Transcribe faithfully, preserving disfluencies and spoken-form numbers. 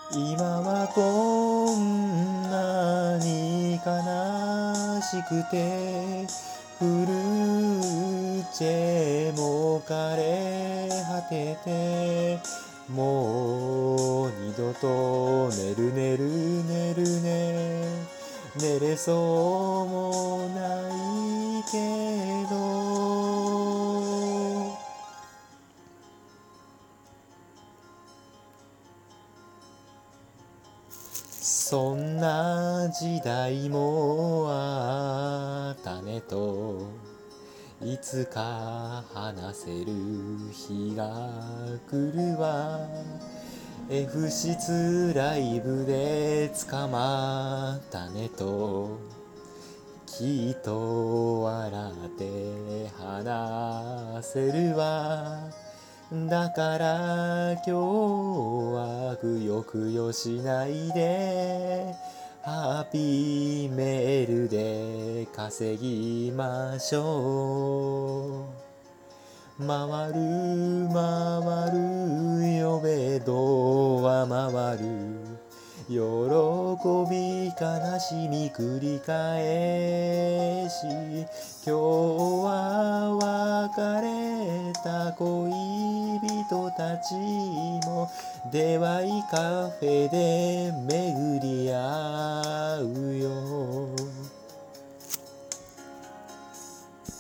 今はこんなに悲しくて、フルチェも枯れ果てて、もう二度と寝る寝る寝るね寝れそうもないけど、そんな時代もあったねと、いつか話せる日が来るわ。 F 室ライブで捕まったねと、きっと笑って話せるわ。だから今日はくよくよしないで、ハッピーメールで稼ぎましょう。回る回るよベドは回る、喜び悲しみ繰り返し、今日は別れた恋人たちも出会いカフェで巡り合うよ。